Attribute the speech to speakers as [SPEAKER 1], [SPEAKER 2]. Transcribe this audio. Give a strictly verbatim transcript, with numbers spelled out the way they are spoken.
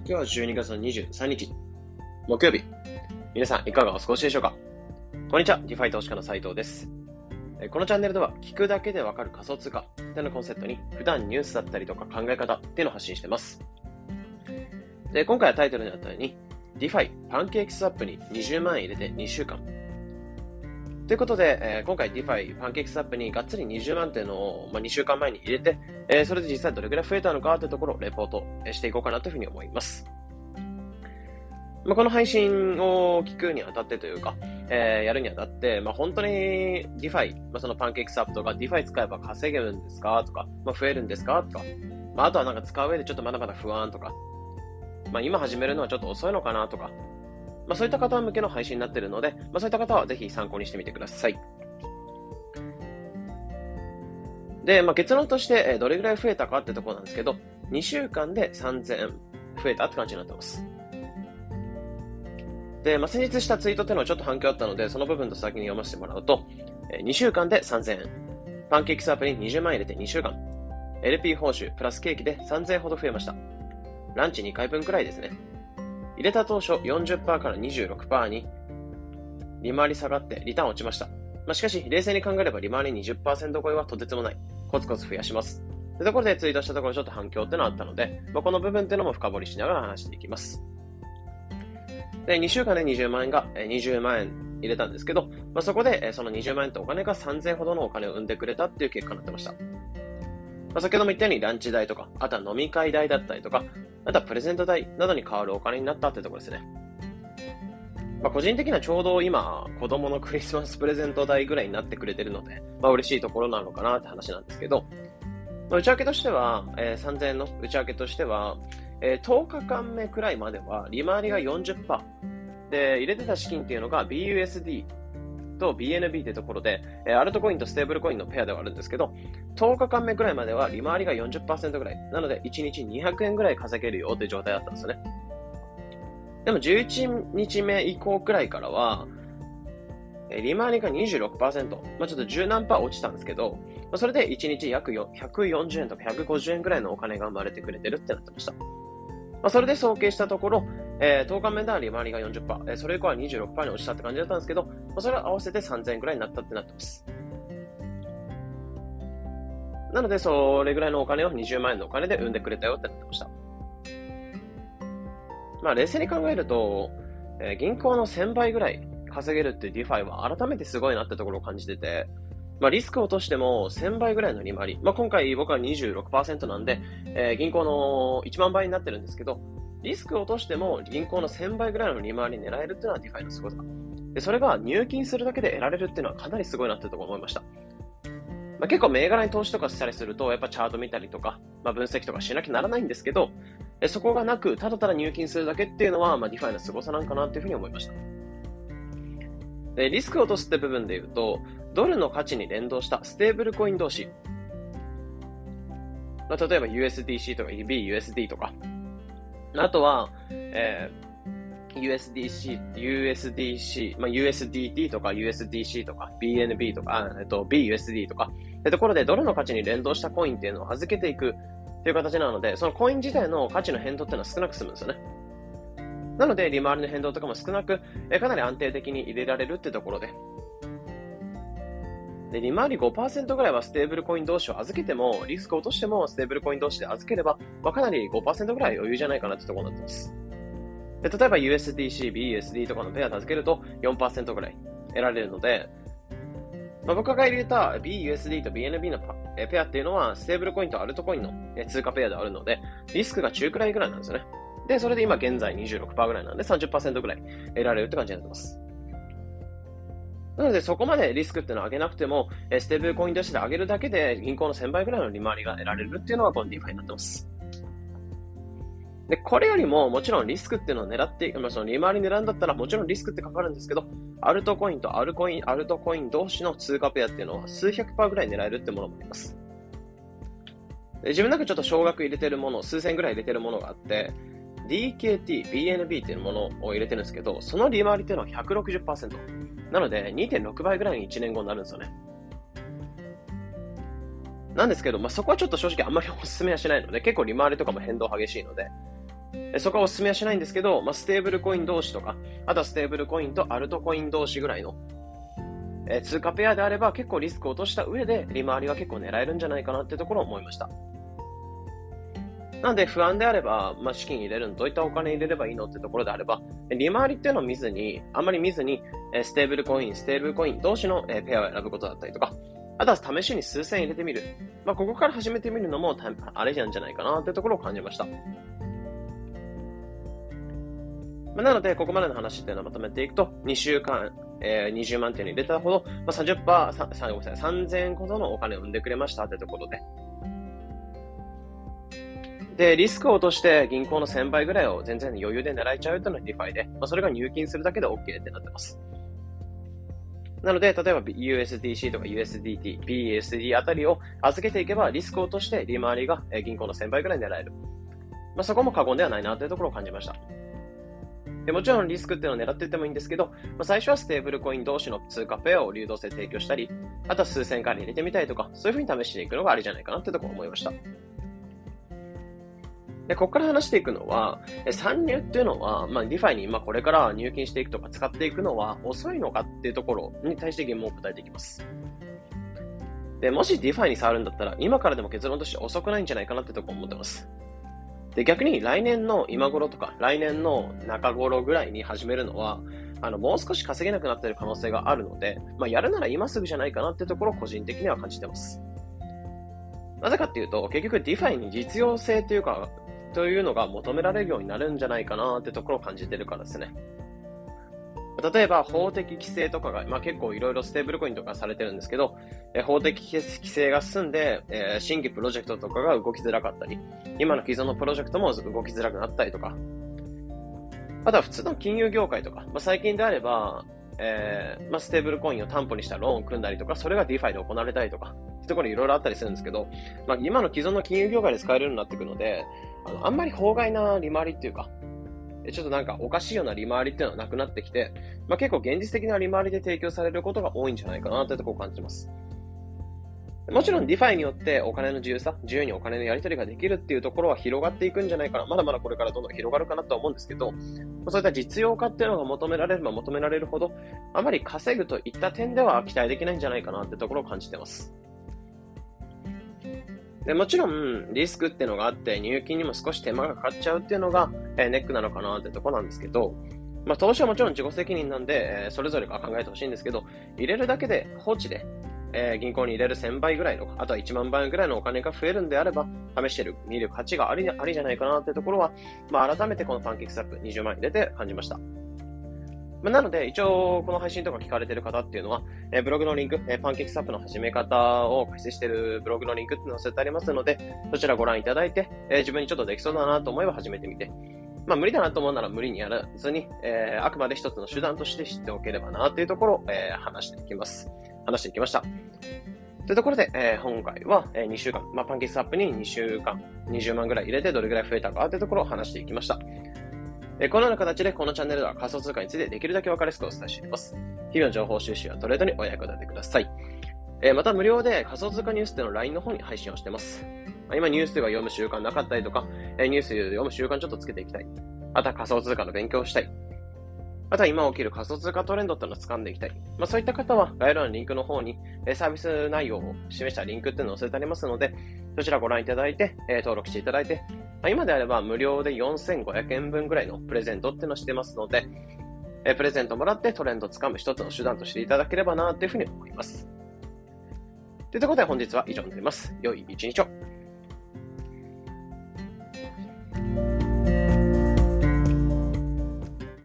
[SPEAKER 1] 日はじゅうにがつのにじゅうさんにち、木曜日。皆さんいかがお過ごしでしょうか？こんにちは、ディファイ投資家の斉藤です。このチャンネルでは、聞くだけでわかる仮想通貨というのコンセプトに、普段ニュースだったりとか考え方っていうのを発信しています。で、今回はタイトルにあったように、ディファイパンケーキスワップににじゅうまんえん入れてにしゅうかん。ということで、えー、今回 ディファイ パンケーキスワップにがっつりにじゅうまんっていうのを、まあ、にしゅうかんまえに入れて、えー、それで実際どれくらい増えたのかというところをレポートしていこうかなというふうに思います。まあ、この配信を聞くにあたってというか、えー、やるにあたって、まあ、本当に ディファイ、まあ、そのパンケーキスワップとか ディファイ 使えば稼げるんですかとか、まあ、増えるんですかとか、まあ、あとはなんか使う上でちょっとまだまだ不安とか、まあ、今始めるのはちょっと遅いのかなとか、まあ、そういった方向けの配信になっているので、まあ、そういった方はぜひ参考にしてみてください。で、まあ、結論としてどれぐらい増えたかってところなんですけど、にしゅうかんでさんぜんえん増えたって感じになってます。で、まあ、先日したツイートっていうのはちょっと反響あったので、その部分と先に読ませてもらうと、にしゅうかんでさんぜんえん、パンケーキスワップににじゅうまんえん入れてにしゅうかん、エルピー 報酬プラスケーキでさんぜんえんほど増えました。ランチにかいぶんくらいですね。入れた当初 よんじゅっパーセント から にじゅうろくパーセント に利回り下がってリターン落ちました。まあ、しかし冷静に考えれば利回り にじゅっパーセント 超えはとてつもない。コツコツ増やします。というところでツイートしたところちょっと反響ってのがあったので、まあ、この部分っていうのも深掘りしながら話していきます。で、にしゅうかんでにじゅうまんえんがにじゅうまんえん入れたんですけど、まあ、そこでそのにじゅうまんえんとお金がさんぜんえんほどのお金を生んでくれたっていう結果になってました。まあ、先ほども言ったようにランチ代とか、あとは飲み会代だったりとか、あとはプレゼント代などに変わるお金になったってところですね。まあ、個人的にはちょうど今、子供のクリスマスプレゼント代ぐらいになってくれてるので、まあ、嬉しいところなのかなって話なんですけど、まあ、内訳としては、えー、さんぜんえんの内訳としては、えー、とおかかんめくらいまでは利回りが よんじゅっパーセント で、入れてた資金っていうのが ビーユーエスディー と ビーエヌビー ってところで、えー、アルトコインとステーブルコインのペアではあるんですけど、とおかかんめくらいまでは利回りが よんじゅっパーセント ぐらい。なので、いちにちにひゃくえんぐらい稼げるよという状態だったんですよね。でもじゅういちにちめ以降くらいからは、利回りが にじゅうろくパーセント、まあ、ちょっとじゅうなんパー落ちたんですけど、まあ、それでいちにち約ひゃくよんじゅうえんとかひゃくごじゅうえんくらいのお金が生まれてくれてるってなってました。まあ、それで総計したところ、えー、とおかめでは利回りが よんじゅっパーセント、えー、それ以降は にじゅうろくパーセント に落ちたって感じだったんですけど、まあ、それを合わせてさんぜんえんくらいになったってなってます。なので、それぐらいのお金をにじゅうまんえんのお金で生んでくれたよってなってました。まあ、冷静に考えると、えー、銀行のせんばいぐらい稼げるっていう ディファイ は改めてすごいなってところを感じてて、まあ、リスクを落としてもせんばいぐらいの利回り、まあ、今回僕は にじゅうろくパーセント なんで、えー、銀行のいちまんばいになってるんですけど、リスクを落としても銀行のせんばいぐらいの利回り狙えるっていうのは ディファイ のすごさ。で、それが入金するだけで得られるっていうのはかなりすごいなってところを思いました。まあ、結構銘柄に投資とかしたりすると、やっぱチャート見たりとか、まあ、分析とかしなきゃならないんですけど、そこがなく、ただただ入金するだけっていうのは、まあ、ディファイ の凄さなんかなっていうふうに思いました。で、リスクを落とすって部分で言うと、ドルの価値に連動したステーブルコイン同士、まあ、例えば ユーエスディーシー とか ビーユーエスディー とか、あとは、えー、ユーエスディーシー、ユーエスディーシー、まあ、ユーエスディーティー とか ユーエスディーシー とか ビーエヌビー とか、えっと、ビーユーエスディー とか、ってところでドルの価値に連動したコインっていうのを預けていくという形なので、そのコイン自体の価値の変動っていうのは少なく済むんですよね。なので、利回りの変動とかも少なく、かなり安定的に入れられるってところで。で、利回り ごパーセント ぐらいはステーブルコイン同士を預けても、リスクを落としてもステーブルコイン同士で預ければ、まあ、かなり ごパーセント ぐらい余裕じゃないかなってところになってます。で、例えば ユーエスディーシー、ビーユーエスディー とかのペアで預けると よんパーセント ぐらい得られるので、まあ、僕が入れた ビーユーエスディー と ビーエヌビー のペアっていうのは、ステーブルコインとアルトコインの通貨ペアであるので、リスクが中くらいぐらいなんですよね。で、それで今現在 にじゅうろくパーセント ぐらいなんで さんじゅっパーセント ぐらい得られるって感じになってます。なのでそこまでリスクっていうのを上げなくても、ステーブルコイン同士で上げるだけで銀行のせんばいぐらいの利回りが得られるっていうのがこの ディファイ になってます。で、これよりももちろんリスクっていうのを狙って、まあ、その利回り狙うんだったらもちろんリスクってかかるんですけど、アルトコインとアルコイン、アルトコイン同士の通貨ペアっていうのは数百パーぐらい狙えるってものもあります。で、自分なんかちょっと少額入れてるもの、数千ぐらい入れてるものがあって、ディーケーティー、ビーエヌビー っていうものを入れてるんですけど、その利回りっていうのは ひゃくろくじゅっパーセント。なので にてんろくばいぐらいにいちねんごになるんですよね。なんですけど、まあ、そこはちょっと正直あんまりお勧めはしないので、結構利回りとかも変動激しいので、 そこはお勧めはしないんですけど、まあ、ステーブルコイン同士とか、あとはステーブルコインとアルトコイン同士ぐらいの、えー、通貨ペアであれば結構リスクを落とした上で利回りは結構狙えるんじゃないかなってところを思いました。なので不安であれば、まあ、資金入れるのどういったお金入れればいいのってところであれば、利回りっていうのを見ずに、あんまり見ずに、ステーブルコイン、ステーブルコイン同士のペアを選ぶことだったりとか、あとは試しに数千円入れてみる。まあ、ここから始めてみるのもあれなんじゃないかなってところを感じました。なので、ここまでの話っていうのをまとめていくと、にしゅうかん、えー、にじゅうまんてんに入れたほど、まあ、さんじゅっパーセント、さんごめんなさい、さんぜんえんほどのお金を生んでくれましたってところで。で、リスクを落として銀行のせんばいぐらいを全然余裕で狙えちゃうというのが ディファイ で、まあ、それが入金するだけで OK ってなってます。なので、例えば ユーエスディーシー とか ユーエスディーティー、ビーエスディー あたりを預けていけば、リスクを落として利回りが銀行のせんばいぐらい狙える。まあ、そこも過言ではないなというところを感じました。でもちろんリスクっていうのを狙っていってもいいんですけど、まあ、最初はステーブルコイン同士の通貨ペアを流動性提供したり、あとは数千回入れてみたりとか、そういう風に試していくのがありじゃないかなってところを思いました。で、ここから話していくのは、参入っていうのは、まあ、ディファイに今これから入金していくとか使っていくのは遅いのかっていうところに対して疑問を答えていきます。で、もし ディファイに触るんだったら、今からでも結論として遅くないんじゃないかなってところを思ってます。で、逆に来年の今頃とか、来年の中頃ぐらいに始めるのは、あの、もう少し稼げなくなっている可能性があるので、まあ、やるなら今すぐじゃないかなってところを個人的には感じてます。なぜかっていうと、結局 ディファイに実用性というか、というのが求められるようになるんじゃないかなってところを感じてるからですね。例えば法的規制とかが、まあ、結構いろいろステーブルコインとかされてるんですけど、え法的規制が進んで、えー、新規プロジェクトとかが動きづらかったり、今の既存のプロジェクトも動きづらくなったりとか、あとは普通の金融業界とか、まあ、最近であれば、えーまあ、ステーブルコインを担保にしたローンを組んだりとか、それが ディファイで行われたりとか、そういうところいろいろあったりするんですけど、まあ、今の既存の金融業界で使えるようになってくるので、あの、あんまり法外な利回りっていうか、ちょっとなんかおかしいような利回りっていうのはなくなってきて、まあ、結構現実的な利回りで提供されることが多いんじゃないかなというところを感じます。もちろん ディファイ によってお金の自由さ、自由にお金のやり取りができるっていうところは広がっていくんじゃないかな。まだまだこれからどんどん広がるかなとは思うんですけど、そういった実用化っていうのが求められれば求められるほど、あまり稼ぐといった点では期待できないんじゃないかなってところを感じています。でもちろんリスクっていうのがあって入金にも少し手間がかかっちゃうっていうのが、えー、ネックなのかなってところなんですけど、まあ、投資はもちろん自己責任なんで、えー、それぞれが考えてほしいんですけど、入れるだけで放置で、えー、銀行に入れるせんばいぐらいの、あとはいちまんばいぐらいのお金が増えるんであれば、試してる、見る価値があり、ありじゃないかなってところは、まあ、改めてこのパンケーキスワップにじゅうまん入れて感じました。まあ、なので、一応、この配信とか聞かれている方っていうのは、えー、ブログのリンク、えー、パンケーキスワップの始め方を解説しているブログのリンクっていうのを載せてありますので、そちらご覧いただいて、えー、自分にちょっとできそうだなと思えば始めてみて、まあ、無理だなと思うなら無理にやらずに、えー、あくまで一つの手段として知っておければなというところを、えー、話していきます。話していきました。というところで、えー、今回は、えー、にしゅうかん、まあ、パンケーキスワップににしゅうかん、にじゅうまんぐらい入れてどれぐらい増えたかというところを話していきました。このような形でこのチャンネルでは仮想通貨についてできるだけ分かりやすくお伝えしています。日々の情報収集やトレードにお役立てください。また無料で仮想通貨ニュースっていうのを ライン の方に配信をしています。今ニュースが読む習慣なかったりとか、ニュース読む習慣ちょっとつけていきたい。あとは仮想通貨の勉強をしたい。あとは今起きる仮想通貨トレンドっていうのを掴んでいきたい。まあそういった方は概要欄のリンクの方にサービス内容を示したリンクっていうのを載せてありますので、そちらご覧いただいて、登録していただいて、今であれば無料でよんせんごひゃくえんぶんぐらいのプレゼントっていうのをしてますので、プレゼントもらってトレンドを掴む一つの手段としていただければなというふうに思います。ということで本日は以上になります。良い一日を。